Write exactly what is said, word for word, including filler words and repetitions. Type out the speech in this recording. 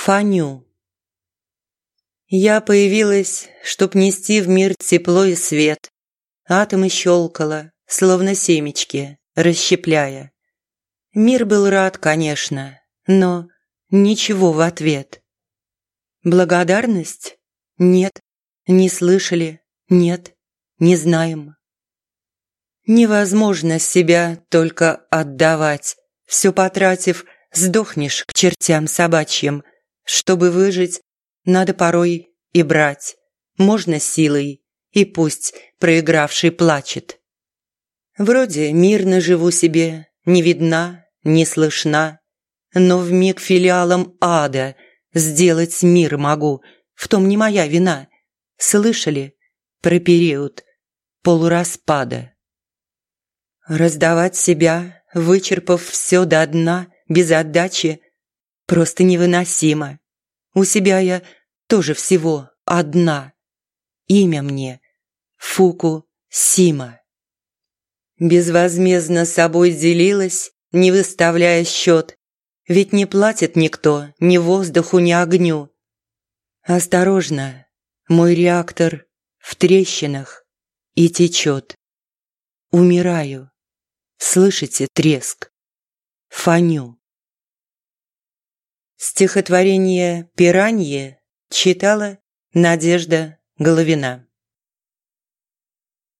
Фаню. Я появилась, чтоб нести в мир тепло и свет. Атомы щелкала, словно семечки, расщепляя. Мир был рад, конечно, но ничего в ответ. Благодарность? Нет. Не слышали? Нет. Не знаем. Невозможно себя только отдавать. Все потратив, сдохнешь к чертям собачьим. Чтобы выжить, надо порой и брать. Можно силой, и пусть проигравший плачет. Вроде мирно живу себе, не видна, не слышна, но вмиг филиалом ада сделать мир могу, в том не моя вина. Слышали про период полураспада? Раздавать себя, вычерпав все до дна, без отдачи, просто невыносимо. У себя я тоже всего одна. Имя мне Фукусима. Безвозмездно собой делилась, не выставляя счет, ведь не платит никто ни воздуху, ни огню. Осторожно, мой реактор в трещинах и течет. Умираю, слышите треск? Фаню. Стихотворение «Пиранье» читала Надежда Головина.